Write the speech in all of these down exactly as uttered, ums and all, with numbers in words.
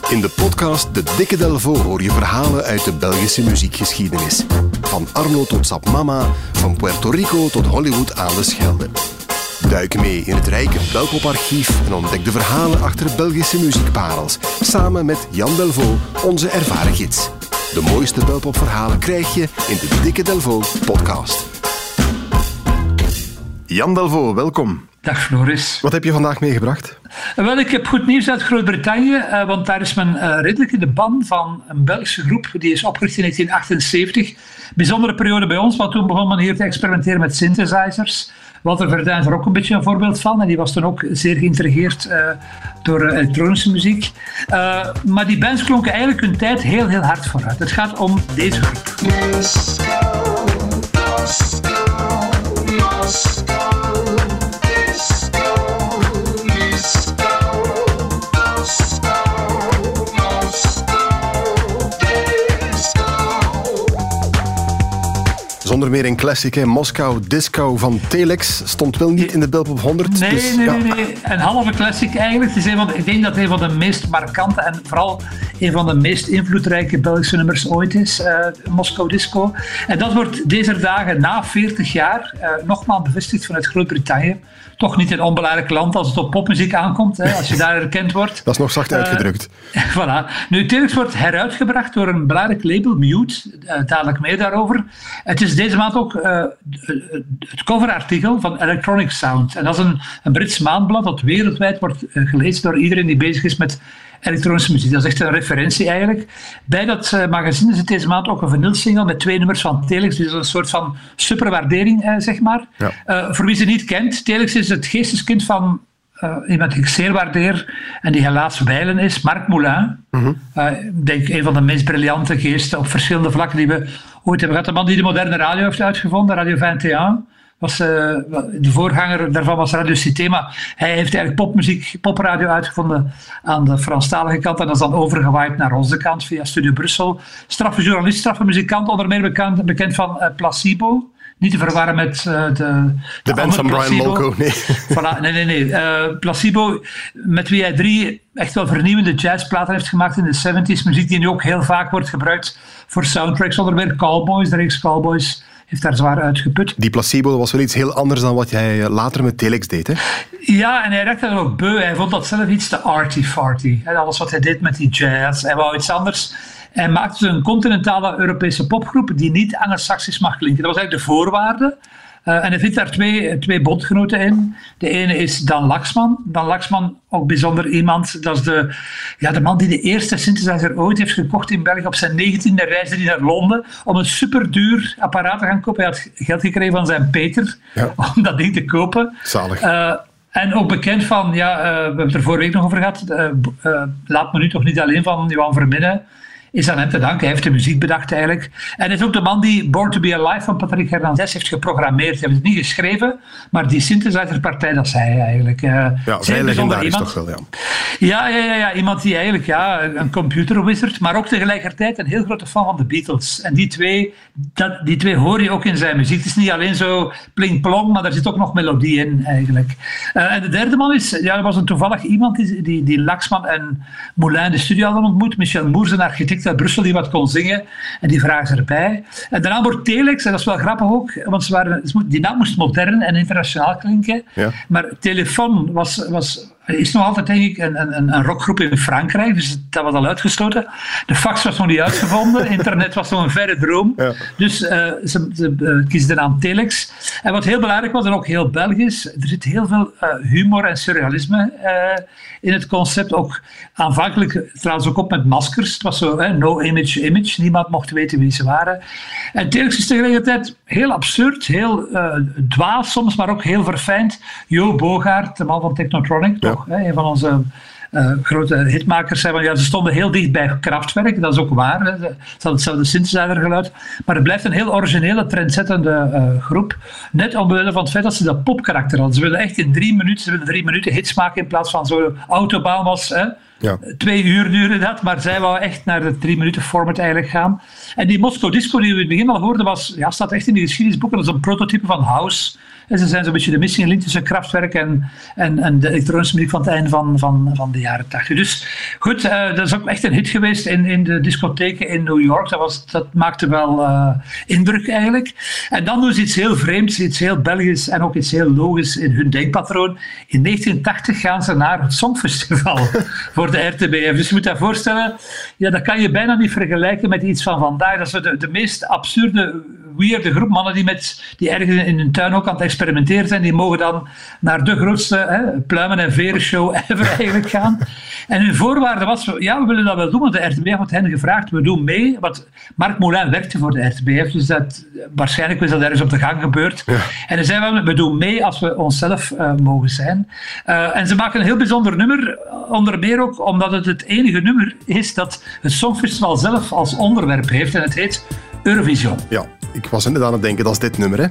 In de podcast De Dikke Delvaux hoor je verhalen uit de Belgische muziekgeschiedenis. Van Arno tot Sap Mama, van Puerto Rico tot Hollywood aan de Schelde. Duik mee in het rijke Belpoparchief en ontdek de verhalen achter Belgische muziekparels. Samen met Jan Delvaux, onze ervaren gids. De mooiste Belpopverhalen krijg je in de Dikke Delvaux podcast. Jan Delvaux, welkom. Dag Floris. Wat heb je vandaag meegebracht? Wel, ik heb goed nieuws uit Groot-Brittannië, uh, want daar is men uh, redelijk in de ban van een Belgische groep. Die is opgericht in negentien achtenzeventig. Bijzondere periode bij ons, want toen begon men hier te experimenteren met synthesizers. Walter Verdijn is er ook een beetje een voorbeeld van. En die was toen ook zeer geïntrigeerd uh, door uh, elektronische muziek. Uh, maar die bands klonken eigenlijk hun tijd heel, heel hard vooruit. Het gaat om deze groep. Moskou, Moskou, Moskou. Zonder meer een classic, hè? Moskou Disco van Telex stond wel niet in de Belpop honderd. Nee, dus, nee, ja. nee, nee. Een halve classic eigenlijk. Het is een van de, ik denk dat het een van de meest markante en vooral een van de meest invloedrijke Belgische nummers ooit is, uh, Moskou Disco. En dat wordt deze dagen na veertig jaar uh, nogmaals bevestigd vanuit Groot-Brittannië. Toch niet een onbelangrijk land als het op popmuziek aankomt, hè, als je daar herkend wordt. Dat is nog zacht uitgedrukt. Uh, voilà. Nu, Telex wordt heruitgebracht door een belangrijk label, Mute. Uh, dadelijk meer daarover. Het is deze maand ook uh, het coverartikel van Electronic Sound. En dat is een, een Brits maandblad dat wereldwijd wordt uh, gelezen door iedereen die bezig is met elektronische muziek. Dat is echt een referentie eigenlijk. Bij dat uh, magazine zit deze maand ook een vinylsingle met twee nummers van Telex. Dus een soort van superwaardering, uh, zeg maar. Ja. Uh, voor wie ze niet kent, Telex is het geesteskind van uh, iemand die ik zeer waardeer en die helaas wijlen is, Marc Moulin. Mm-hmm. Uh, ik denk een van de meest briljante geesten op verschillende vlakken die we ooit hebben gehad. De man die de moderne radio heeft uitgevonden, Radio eenentwintig. Was, uh, de voorganger daarvan was Radio Cité, maar hij heeft eigenlijk popmuziek, popradio uitgevonden aan de Franstalige kant en dat is dan overgewaaid naar onze kant via Studio Brussel. Straffe journalist, straffe muzikant, onder meer bekend, bekend van uh, Placebo. Niet te verwarren met uh, de... De, de band van Brian Molko, nee. Voilà, nee, nee, nee. Uh, Placebo, met wie hij drie echt wel vernieuwende jazzplaten heeft gemaakt in de zeventig muziek, die nu ook heel vaak wordt gebruikt voor soundtracks, onder meer Cowboys, de reeks Cowboys. Heeft daar zwaar uitgeput. Die Placebo was wel iets heel anders dan wat jij later met Telex deed, hè? Ja, en hij raakte dat ook beu. Hij vond dat zelf iets te arty-farty. Alles wat hij deed met die jazz. Hij wou iets anders. Hij maakte een continentale Europese popgroep die niet Anglo-Saxisch mag klinken. Dat was eigenlijk de voorwaarde. Uh, en hij vindt daar twee, twee bondgenoten in. De ene is Dan Laxman. Dan Laxman, ook bijzonder iemand. Dat is de, ja, de man die de eerste synthesizer ooit heeft gekocht in België. Op zijn negentiende reisde hij naar Londen om een superduur apparaat te gaan kopen. Hij had geld gekregen van zijn Peter ja. om dat ding te kopen. Zalig. Uh, en ook bekend van, ja, uh, we hebben het er vorige week nog over gehad. Uh, uh, laat me nu toch niet alleen van Johan Verminnen. Is aan hem te danken. Hij heeft de muziek bedacht eigenlijk. En hij is ook de man die Born to be Alive van Patrick Hernandez heeft geprogrammeerd. Hij heeft het niet geschreven, maar die synthesizerpartij, dat zei hij eigenlijk. Uh, ja, vrij legendarisch toch wel, ja. Ja, ja, ja, ja. Iemand die eigenlijk, ja, een computerwizard, maar ook tegelijkertijd een heel grote fan van de Beatles. En die twee, dat, die twee hoor je ook in zijn muziek. Het is niet alleen zo pling-plong, maar er zit ook nog melodie in eigenlijk. Uh, en de derde man is, ja, er was een toevallig iemand die, die, die Laxman en Moulin in de studio hadden ontmoet. Michel Moers, een architect uit Brussel die wat kon zingen. En die vragen ze erbij. En daarna wordt Telex, en dat is wel grappig ook, want ze waren, die naam moest modern en internationaal klinken. Ja. Maar Telefoon was, was, is nog altijd denk ik een, een, een rockgroep in Frankrijk, dus dat was al uitgesloten. De fax was nog niet uitgevonden, internet was nog een verre droom. Ja. Dus uh, ze, ze uh, kiezen de naam Telex. En wat heel belangrijk was, en ook heel Belgisch, er zit heel veel uh, humor en surrealisme uh, in het concept. Ook aanvankelijk trouwens ook op met maskers. Het was zo, hè, no image image. Niemand mocht weten wie ze waren. En Telex is tegelijkertijd heel absurd, heel uh, dwaas soms, maar ook heel verfijnd. Jo Bogaert, de man van Technotronic, ja. toch, hè, een van onze uh, grote hitmakers, zei van, ja, ze stonden heel dicht bij Kraftwerk. Dat is ook waar. Hè. Ze hadden hetzelfde synthesizergeluid. Maar het blijft een heel originele, trendzettende uh, groep. Net omwille van het feit dat ze dat popkarakter hadden. Ze wilden echt in drie minuten, ze wilden drie minuten hits maken in plaats van zo'n Autobahn was. Hè. Ja. Twee uur duurde dat, maar zij wou echt naar de drie minuten format eigenlijk gaan. En die Moskou Disco die we in het begin al hoorden, was, ja, staat echt in de geschiedenisboeken. Dat is een prototype van house. En ze zijn zo'n beetje de missing link tussen Kraftwerk en, en, en de elektronische muziek van het einde van, van, van de jaren tachtig. Dus goed, uh, dat is ook echt een hit geweest in, in de discotheken in New York. Dat, was, dat maakte wel uh, indruk eigenlijk. En dan doen ze iets heel vreemds, iets heel Belgisch en ook iets heel logisch in hun denkpatroon. In negentien tachtig gaan ze naar het Songfestival voor de R T B F. Dus je moet je voorstellen, ja, dat kan je bijna niet vergelijken met iets van vandaag. Dat is de, de meest absurde, weirde groep mannen die, met, die ergens in hun tuin ook aan het experimenteren zijn. Die mogen dan naar de grootste hè, pluimen- en veren show ever eigenlijk gaan. En hun voorwaarde was, ja, we willen dat wel doen, want de R T B F had hen gevraagd, we doen mee. Want Marc Moulin werkte voor de R T B F, dus dat, waarschijnlijk was dat ergens op de gang gebeurd. Ja. En dan zeiden we, we doen mee als we onszelf uh, mogen zijn. Uh, en ze maken een heel bijzonder nummer, onder meer ook omdat het het enige nummer is dat het Songfestival zelf als onderwerp heeft. En het heet Eurovision. Ja, ik was inderdaad aan het denken, dat is dit nummer, hè?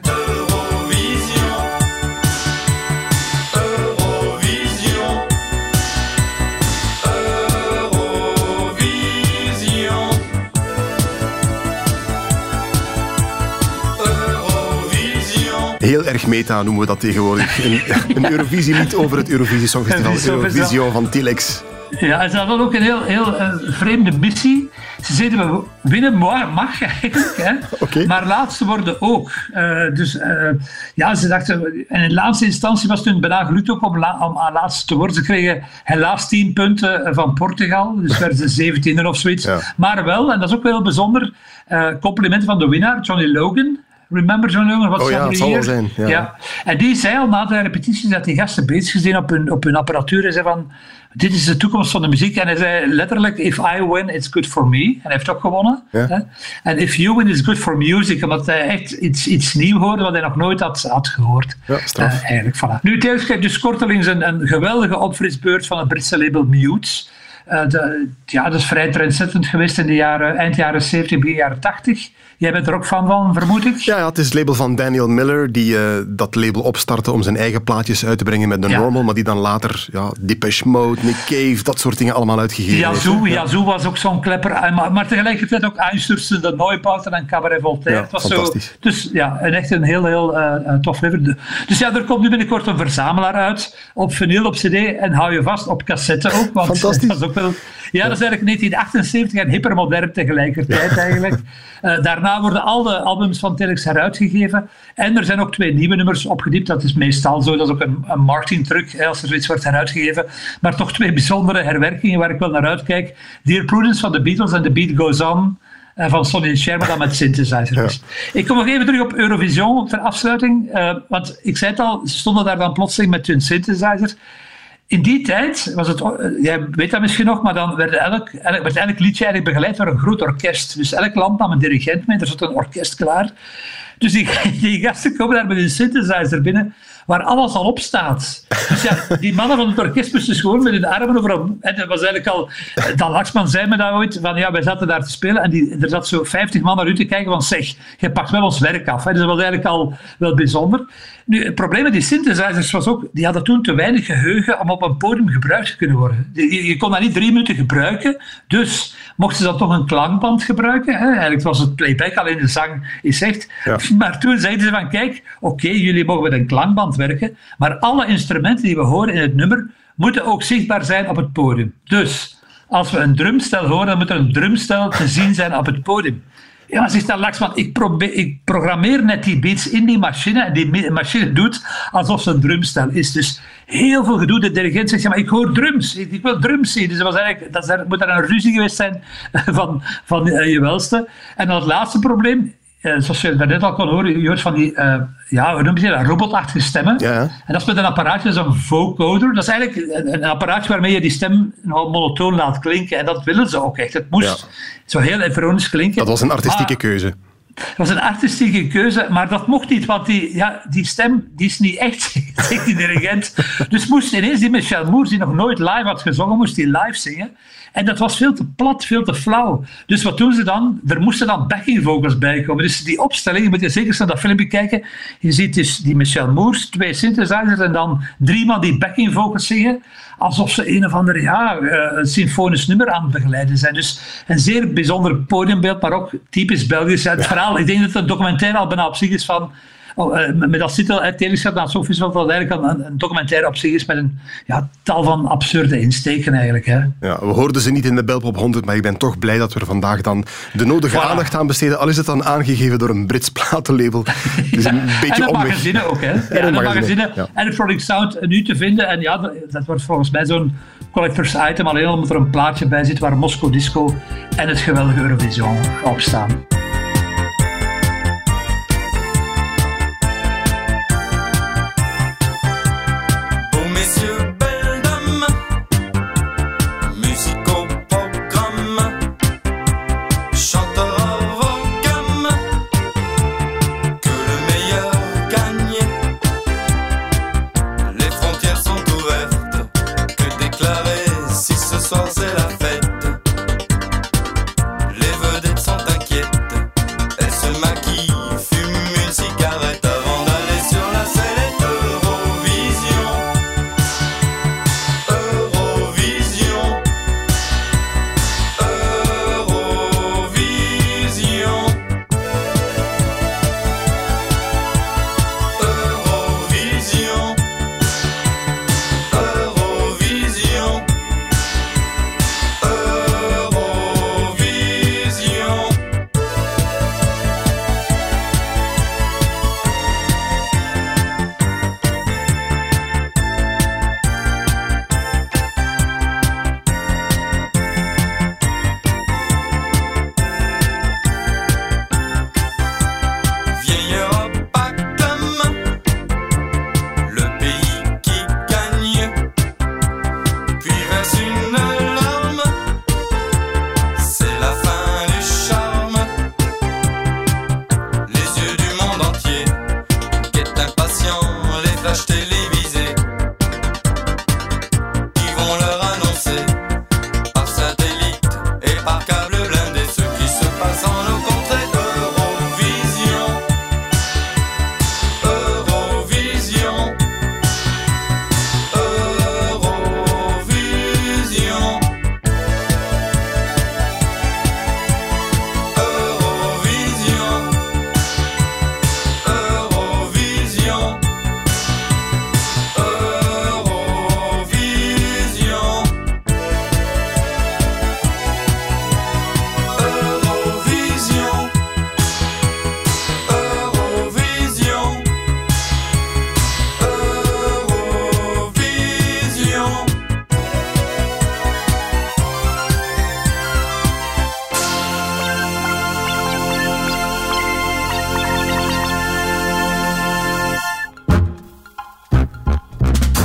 Heel erg meta noemen we dat tegenwoordig. Een, een Eurovisielied over het Eurovisie Songfestival. Eurovision van Telex. Ja, en ze hadden ook een heel, heel uh, vreemde missie. Ze zeiden, we winnen mag eigenlijk, hè, okay. Maar laatste worden ook. Uh, dus uh, ja, ze dachten, en in laatste instantie was het hun bijna gelukt ook om, la, om aan laatste te worden. Ze kregen helaas tien punten van Portugal, dus werden ze zeventiende of zoiets. Ja. Maar wel, en dat is ook wel heel bijzonder, uh, complimenten van de winnaar, Johnny Logan. Remember John Logan? Wat oh ja, het zal wel zijn. Ja. Ja. En die zei al na de repetities dat die gasten bezig gezien op hun, op hun apparatuur en zei van, dit is de toekomst van de muziek. En hij zei letterlijk, if I win, it's good for me. En hij heeft ook gewonnen. Ja. En if you win, it's good for music. Omdat hij echt iets, iets nieuws hoorde wat hij nog nooit had, had gehoord. Ja, straf. Uh, eigenlijk, voilà. Nu, Telex krijgt dus kortelings een, een geweldige opfrisbeurt van het Britse label Mute. Uh, de, ja, dat is vrij trendzettend geweest in de jaren, eind jaren zeventig, begin jaren tachtig. Jij bent er ook fan van, vermoed ik? Ja, ja, het is het label van Daniel Miller, die uh, dat label opstartte om zijn eigen plaatjes uit te brengen met de ja. Normal, maar die dan later ja, Depeche Mode, Nick Cave, dat soort dingen allemaal uitgegeven Yazoo, heeft. Ja. Yazoo was ook zo'n klepper, maar, maar tegelijkertijd ook Einstürzen, de Neubauten en Cabaret Voltaire. Ja, het was fantastisch. Zo, dus ja, echt een heel, heel uh, tof lever. Dus ja, er komt nu binnenkort een verzamelaar uit, op vinyl, op cd en hou je vast, op cassette ook. Want fantastisch. Dat is ook wel, ja, dat is eigenlijk negentien achtenzeventig en hypermodern tegelijkertijd ja. eigenlijk. Uh, daarna worden al de albums van Telex heruitgegeven. En er zijn ook twee nieuwe nummers opgediept. Dat is meestal zo. Dat is ook een, een marketingtruc als er zoiets wordt heruitgegeven. Maar toch twee bijzondere herwerkingen waar ik wel naar uitkijk. Dear Prudence van de Beatles en The Beat Goes On van Sonny en Cher, maar dan met synthesizers. Ja. Ik kom nog even terug op Eurovision ter afsluiting. Uh, want ik zei het al, ze stonden daar dan plotseling met hun synthesizers. In die tijd was het, jij weet dat misschien nog, maar dan werd elk, elk, werd elk liedje eigenlijk begeleid door een groot orkest. Dus elk land nam een dirigent mee, er zat een orkest klaar. Dus die, die gasten komen daar met een synthesizer binnen, waar alles al op staat. Dus ja, die mannen van het orkest moesten gewoon met hun armen over een... En dat was eigenlijk al... Dan Laxman zei me dat ooit, van ja, wij zaten daar te spelen en die, er zat zo vijftig man naar u te kijken van zeg, je pakt wel ons werk af. Hè. Dus dat was eigenlijk al wel bijzonder. Nu, het probleem met die synthesizers was ook, die hadden toen te weinig geheugen om op een podium gebruikt te kunnen worden. Je, je kon dat niet drie minuten gebruiken, dus mochten ze dan toch een klankband gebruiken. Hè. Eigenlijk was het playback, alleen de zang is echt. Ja. Maar toen zeiden ze van kijk, oké, okay, jullie mogen met een klankband werken, maar alle instrumenten die we horen in het nummer moeten ook zichtbaar zijn op het podium. Dus als we een drumstel horen, dan moet er een drumstel te zien zijn op het podium. Ja, zegt dan Laxman, ik, probeer, ik programmeer net die beats in die machine en die machine doet alsof het een drumstel is. Dus heel veel gedoe. De dirigent zegt, ja, maar ik hoor drums. Ik, ik wil drums zien. Dus dat, was eigenlijk, dat er, moet er een ruzie geweest zijn van, van uh, je welste. En dan het laatste probleem, uh, zoals je daarnet al kon horen, je hoort van die, uh, ja, hoe noem je dat, robotachtige stemmen. Ja. En dat is met een apparaatje, dat is een vocoder. Dat is eigenlijk een, een apparaatje waarmee je die stem nogal monotoon laat klinken. En dat willen ze ook echt. Het moest ja. zo heel ironisch klinken. Dat was een artistieke maar, keuze. Dat was een artistieke keuze, maar dat mocht niet, want die, ja, die stem die is niet echt, zegt die dirigent. Dus moest ineens die Michel Moers, die nog nooit live had gezongen, moest die live zingen. En dat was veel te plat, veel te flauw. Dus wat doen ze dan? Er moesten dan backing vocals bij komen. Dus die opstelling, je moet je zeker naar dat filmpje kijken. Je ziet dus die Michel Moers, twee synthesizers en dan drie man die backing vocals zingen. Alsof ze een of ander ja, een symfonisch nummer aan het begeleiden zijn. Dus een zeer bijzonder podiumbeeld, maar ook typisch Belgisch. Het verhaal, ik denk dat het documentaire al bijna op zich is van oh, uh, met als titel het Teleschap naar het Songfestival, dat eigenlijk een, een documentaire op zich is met een ja, tal van absurde insteken eigenlijk. Hè. Ja, we hoorden ze niet in de Belpop honderd, maar ik ben toch blij dat we er vandaag dan de nodige voilà. aandacht aan besteden. Al is het dan aangegeven door een Brits platenlabel. Dus een beetje en de omweg. magazine ook. Hè. Ja, en de magazine ja. en de Rolling Sound nu te vinden. En ja, dat, dat wordt volgens mij zo'n collectors item, alleen omdat er een plaatje bij zit waar Moscow Disco en het geweldige Eurovision op staan.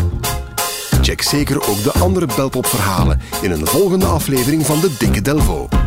Check zeker ook de andere Belpop-verhalen in een volgende aflevering van de Dikke Delvaux.